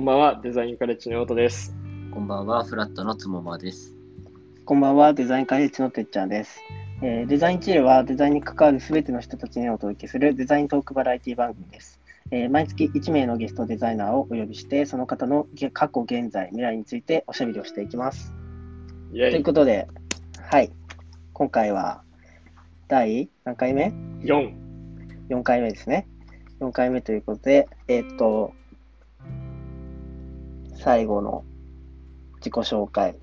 んばんは、デザインカレッジの音です。 こんばんは、フラットのつもまです。 こんばんは、デザインカレッジのてっちゃんです。デザインチルはデザインに関わるすべての人たちにお届けするデザイントークバラエティ番組です。毎月1名のゲストデザイナーをお呼びして、その方の過去、現在、未来についておしゃべりをしていきます。ということで、はい、今回は第何回目 ?4 回目ですね。4回目ということで、最後の自己紹介。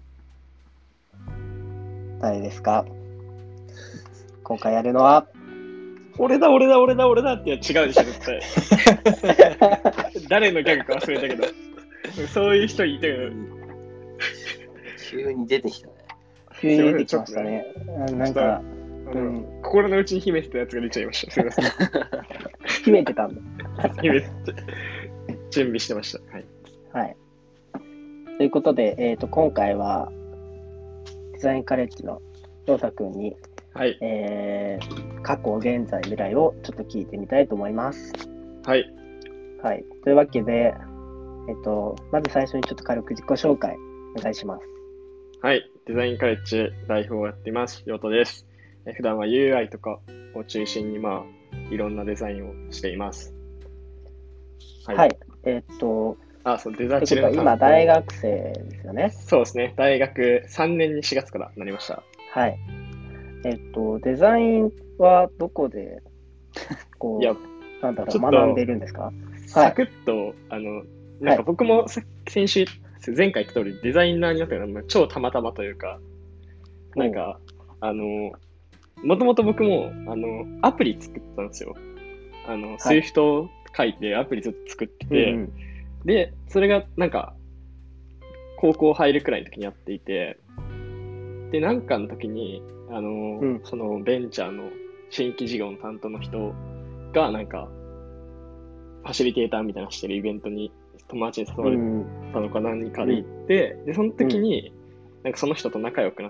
誰ですか？今回やるのは俺だって違うでしょ、絶対。誰のギャグか忘れたけど、そういう人いたけど。 急に出てきたね。 急に出てきましたね。なんか、 心の内に秘めてたやつが出ちゃいました。すみません。 秘めてたんだ。 秘めて準備してました。はい。 はい。ということで、今回はデザインカレッジの陽太くんに、 はい、 過去、現在、未来をちょっと聞いてみたいと思います。 はい。 はい。というわけで、まず最初にちょっと軽く自己紹介お願いします。 はい。デザインカレッジ代表をやっています、陽太です。普段は UI とかを中心に、いろんなデザインをしています。 はい。はい、 そう、デザチルの今、大学生ですよね。 そうですね。大学3年に4月からなりました。 はい。デザインはどこで、学んでいるんですか？ サクッと、なんか僕も先週、前回言った通り、デザイナーになったのは超たまたまというか、なんか、もともと僕も、アプリ作ったんですよ。Swift を書いてアプリずっと作ってて、で、それがなんか、高校入るくらいの時にやっていて、で、なんかの時に、そのベンチャーの新規事業の担当の人が、なんか、ファシリテーターみたいなのしてるイベントに友達に誘われたのか何かで行って、で、その時に、なんかその人と仲良くなって、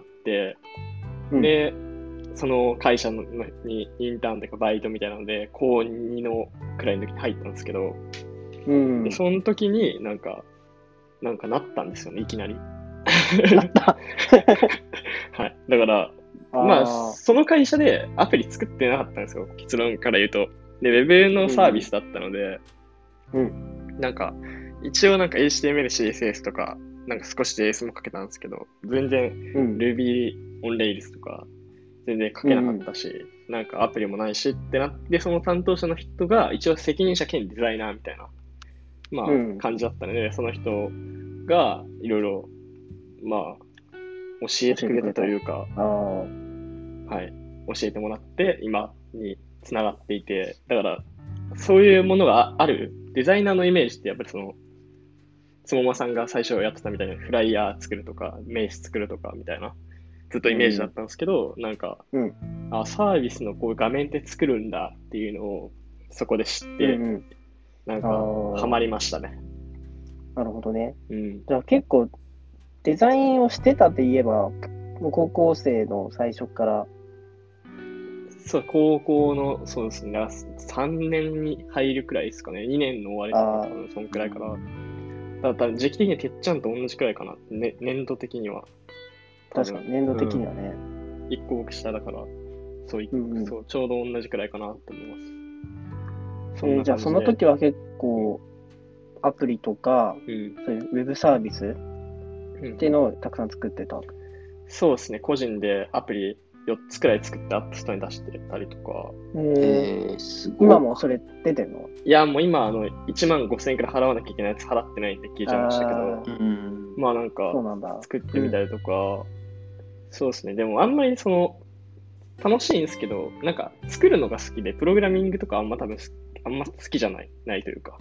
で、その会社にインターンというかバイトみたいなので、高2のくらいの時に入ったんですけど、でその時になんかなったんですよね、いきなり。 なったはい。だから、その会社でアプリ作ってなかったんですよ、結論から言うと。で、ウェブのサービスだったので、なんか、一応なんか HTML、CSS とか、なんか少し JS も書けたんですけど、全然 Ruby on Rails とか、全然書けなかったし、なんかアプリもないしってなって、その担当者の人が一応責任者兼デザイナーみたいな、感じだったので、その人がいろいろ、教えてくれたというか、はい、教えてもらって今につながっていて、だからそういうものがあるデザイナーのイメージってやっぱりそのつもまさんが最初やってたみたいなフライヤー作るとか名刺作るとかみたいなずっとイメージだったんですけど、なんか、サービスのこういう画面で作るんだっていうのをそこで知って、なんかハマりましたね。 なるほどね。じゃあ結構デザインをしてたって言えば、もう高校生の最初から。 そう、高校の、そうですね、3年に入るくらいですかね。2年の終わりとか、そのくらいから。だから時期的にはてっちゃんと同じくらいかな。年度的には。 確かに、年度的にはね。 1個僕下だから、そう、ちょうど同じくらいかなと思います。 じゃあその時は結構、アプリとか、そういうウェブサービスっていうのをたくさん作ってた。 そうですね、個人でアプリ4つくらい作ってアップストアに出してたりとか。 今もそれ出てんの？ いや、もう今、1万5,000円くらい払わなきゃいけないやつ払ってないって聞いちゃいましたけど、なんか、作ってみたりとか、そうですね、でもあんまり楽しいんですけど、なんか作るのが好きで、プログラミングとかあんま好きじゃないというか。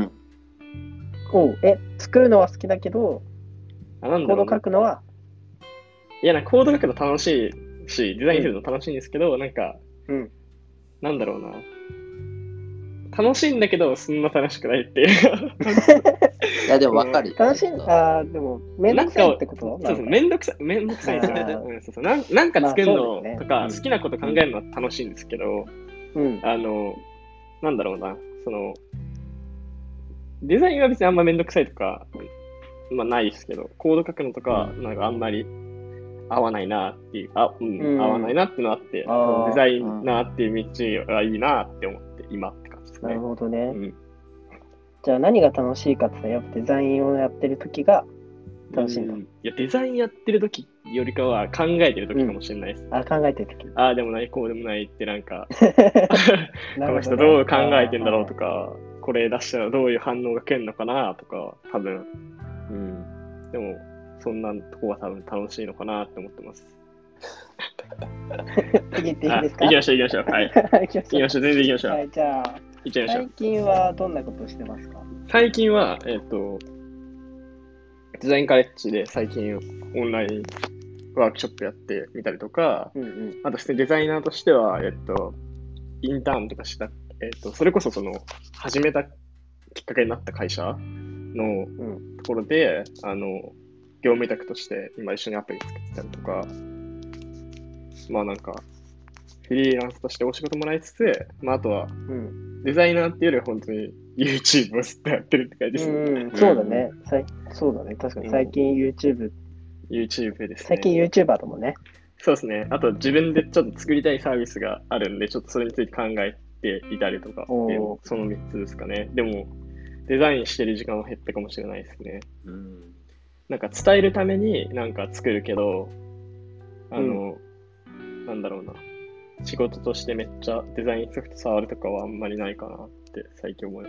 作るのは好きだけど、コード書くのは？ いや、なんかコード書くの楽しいし、デザインするの楽しいんですけど、なんか、なんだろうな。楽しいんだけど、そんな楽しくないっていう。 いや、でも分かる。 楽しいでも、めんどくさいってこと？ そうそう、めんどくさいんですよね。なんか作るのとか、好きなこと考えるのは楽しいんですけど、なんだろうな、 デザインは別にあんまめんどくさいとか、まあないですけど、コード書くのとか、なんかあんまり合わないなっていう、合わないなっていうのがあって、デザイナーっていう道がいいなって思って、今って感じですね。 なるほどね。じゃあ何が楽しいかって言ったら、やっぱデザインをやってる時が楽しいんだ。 いや、デザインやってる時よりかは考えてる時かもしれないです。 考えてる時。 ああでもない、こうでもないってなんか、この人どう考えてんだろうとか、これ出したらどういう反応が来るのかなとか、多分。でも、そんなとこが多分楽しいのかなって思ってます。 次行っていいですか？ 行きましょう。はい。行きましょう、全然行きましょう。 はい、じゃあ、最近はどんなことしてますか？ 最近は、デザインカレッジで最近オンラインワークショップやってみたりとか、あとデザイナーとしては、インターンとかした、それこそ始めたきっかけになった会社のところで、業務委託として今一緒にアプリ作ってたりとか、まあなんか、フリーランスとしてお仕事もらいつつ、まああとは、デザイナーっていうよりは本当に YouTube をずっとやってるって感じですね。 そうだね。そうだね。確かに最近 YouTube ですね。 最近 YouTuber だもんね。 そうですね。あと自分でちょっと作りたいサービスがあるんで、ちょっとそれについて考えていたりとかっていう、その3つですかね。でも、デザインしてる時間は減ったかもしれないですね。なんか伝えるためになんか作るけど、なんだろうな。仕事としてめっちゃデザインソフト触るとかはあんまりないかなって最近思います。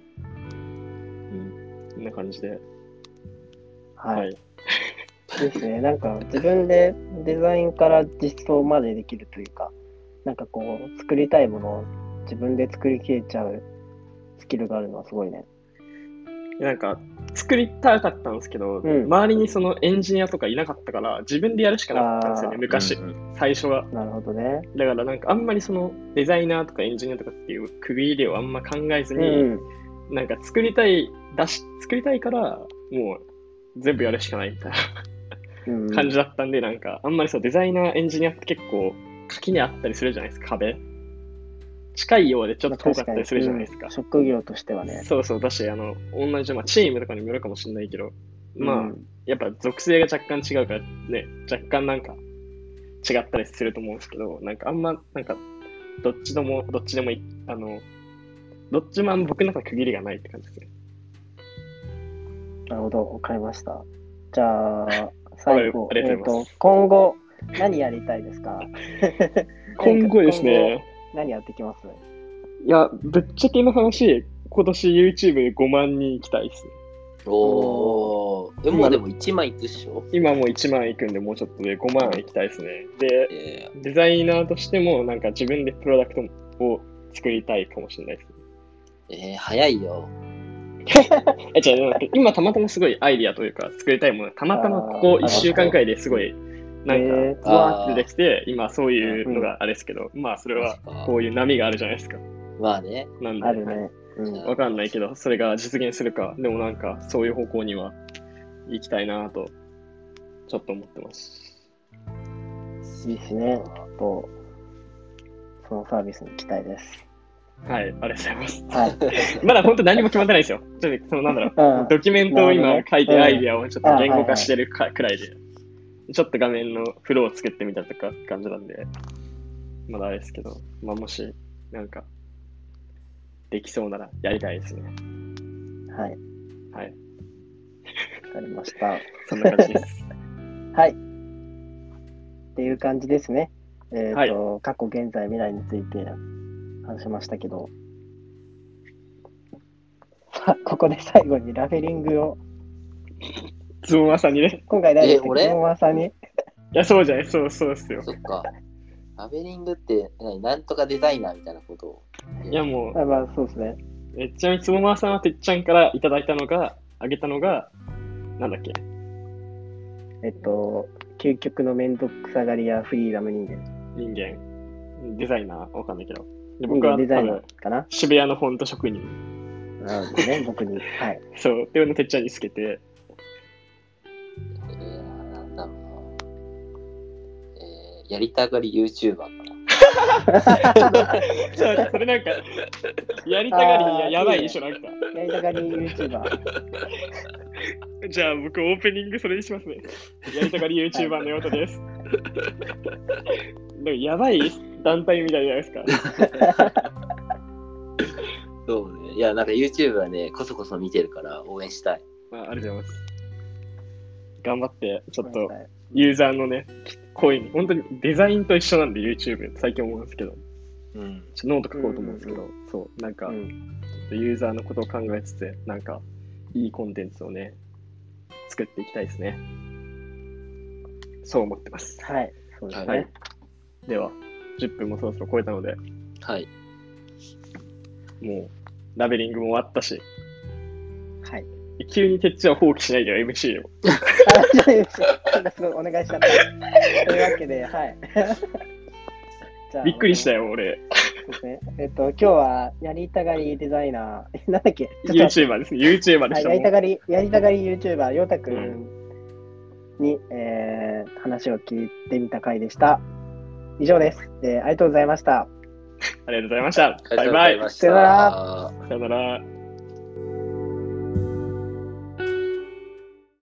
こんな感じで。 はい。ですね。なんか自分でデザインから実装までできるというか、なんかこう作りたいものを自分で作りきれちゃうスキルがあるのはすごいね。 なんか作りたかったんですけど、周りにそのエンジニアとかいなかったから自分でやるしかなかったんですよね、昔、最初は。 なるほどね。 だからなんかあんまりそのデザイナーとかエンジニアとかっていう区切りをあんま考えずに、なんか作りたいからもう全部やるしかないみたいな感じだったんで、なんかあんまりそうデザイナーエンジニアって結構垣根あったりするじゃないですか、壁。近いようでちょっと遠かったりするじゃないですか。 職業としてはね。 そうだし、同じ、チームとかにもよるかもしれないけど、やっぱ属性が若干違うからね、若干なんか違ったりすると思うんですけど、なんかあんま、なんか、どっちでもどっちも僕の中で区切りがないって感じですね。 なるほど、わかりました。じゃあ、最後、 ありがとうございます。 今後、何やりたいですか？ 今後ですね。 何やっていきます？ いや、ぶっちゃけの話、今年 YouTube で5万人行きたいですね。 もうでも1万いくっしょ？ 今もう1万いくんで、もうちょっとで5万行きたいですね。で、デザイナーとしても、なんか自分でプロダクトを作りたいかもしれないですね。 早いよ。 今たまたますごいアイディアというか、作りたいもの、たまたまここ1週間くらいですごい、なんか、わーってできて、今そういうのがあれですけど、まあそれはこういう波があるじゃないですか。 まあね。 なんで、 あるね。 わかんないけど、それが実現するか、でもなんかそういう方向には行きたいなと、ちょっと思ってます。 いいですね。そのサービスに期待です。 はい、ありがとうございます。はい、まだ本当何も決まってないですよ。ちょっとなんだろう、ドキュメントを今書いてアイディアをちょっと言語化してるくらいで、ちょっと画面のフローを作ってみたとか感じなんで、まだあれですけど、まあもし、なんか、できそうならやりたいですね。 はい。 はい。 わかりました。 そんな感じです。 はい。っていう感じですね。過去、現在、未来について話しましたけど、ここで最後にラベリングを。 ズボマさんにね。 今回誰ですか？ズボマさんに。 いや、そうじゃない、そうですよ。 そっか。ラベリングってなんとかデザイナーみたいなことを。 いや、もう。 まあ、そうですね。 ちなみに、ズボマさんはてっちゃんからいただいたのが、あげたのが、なんだっけ？ 究極のめんどくさがりやフリーダム人間。 デザイナーわかんないけど。 で僕はデザイナーかな。 渋谷のフォント職人。 なるほどね、僕に。はい。 そう、で、てっちゃんにつけて。 なんだろうな。やりたがり YouTuber かな。 それなんか、やりたがりやばいでしょ、なんか。 やりたがり YouTuber。 じゃあ僕オープニングそれにしますね。やりたがり YouTuber のヨタです。でもやばい団体みたいじゃないですか。 そうね。いや、なんか YouTube はね、こそこそ見てるから応援したい。 ありがとうございます。頑張って、ちょっとユーザーのね、声に、本当にデザインと一緒なんで YouTube、最近思うんですけど、ノート書こうと思うんですけど、そう、なんか、ユーザーのことを考えつつ、なんか、いいコンテンツをね、作っていきたいですね。そう思ってます。 はい、そうですね。 はい、では、10分もそろそろ超えたので、 はい。 もう、ラベリングも終わったし、 はい。 急に鉄は放棄しないでよ、MC を。 お願いしちゃった。というわけで、はい。 じゃあびっくりしたよ、俺。 そうですね。今日は、やりたがりデザイナー、なんだっけ ?YouTuber ですね、YouTuber でした。 やりたがり YouTuber、ヨタくんに、話を聞いてみた回でした。以上です。ありがとうございました。 ありがとうございました。 バイバイ。 さよなら。 さよなら。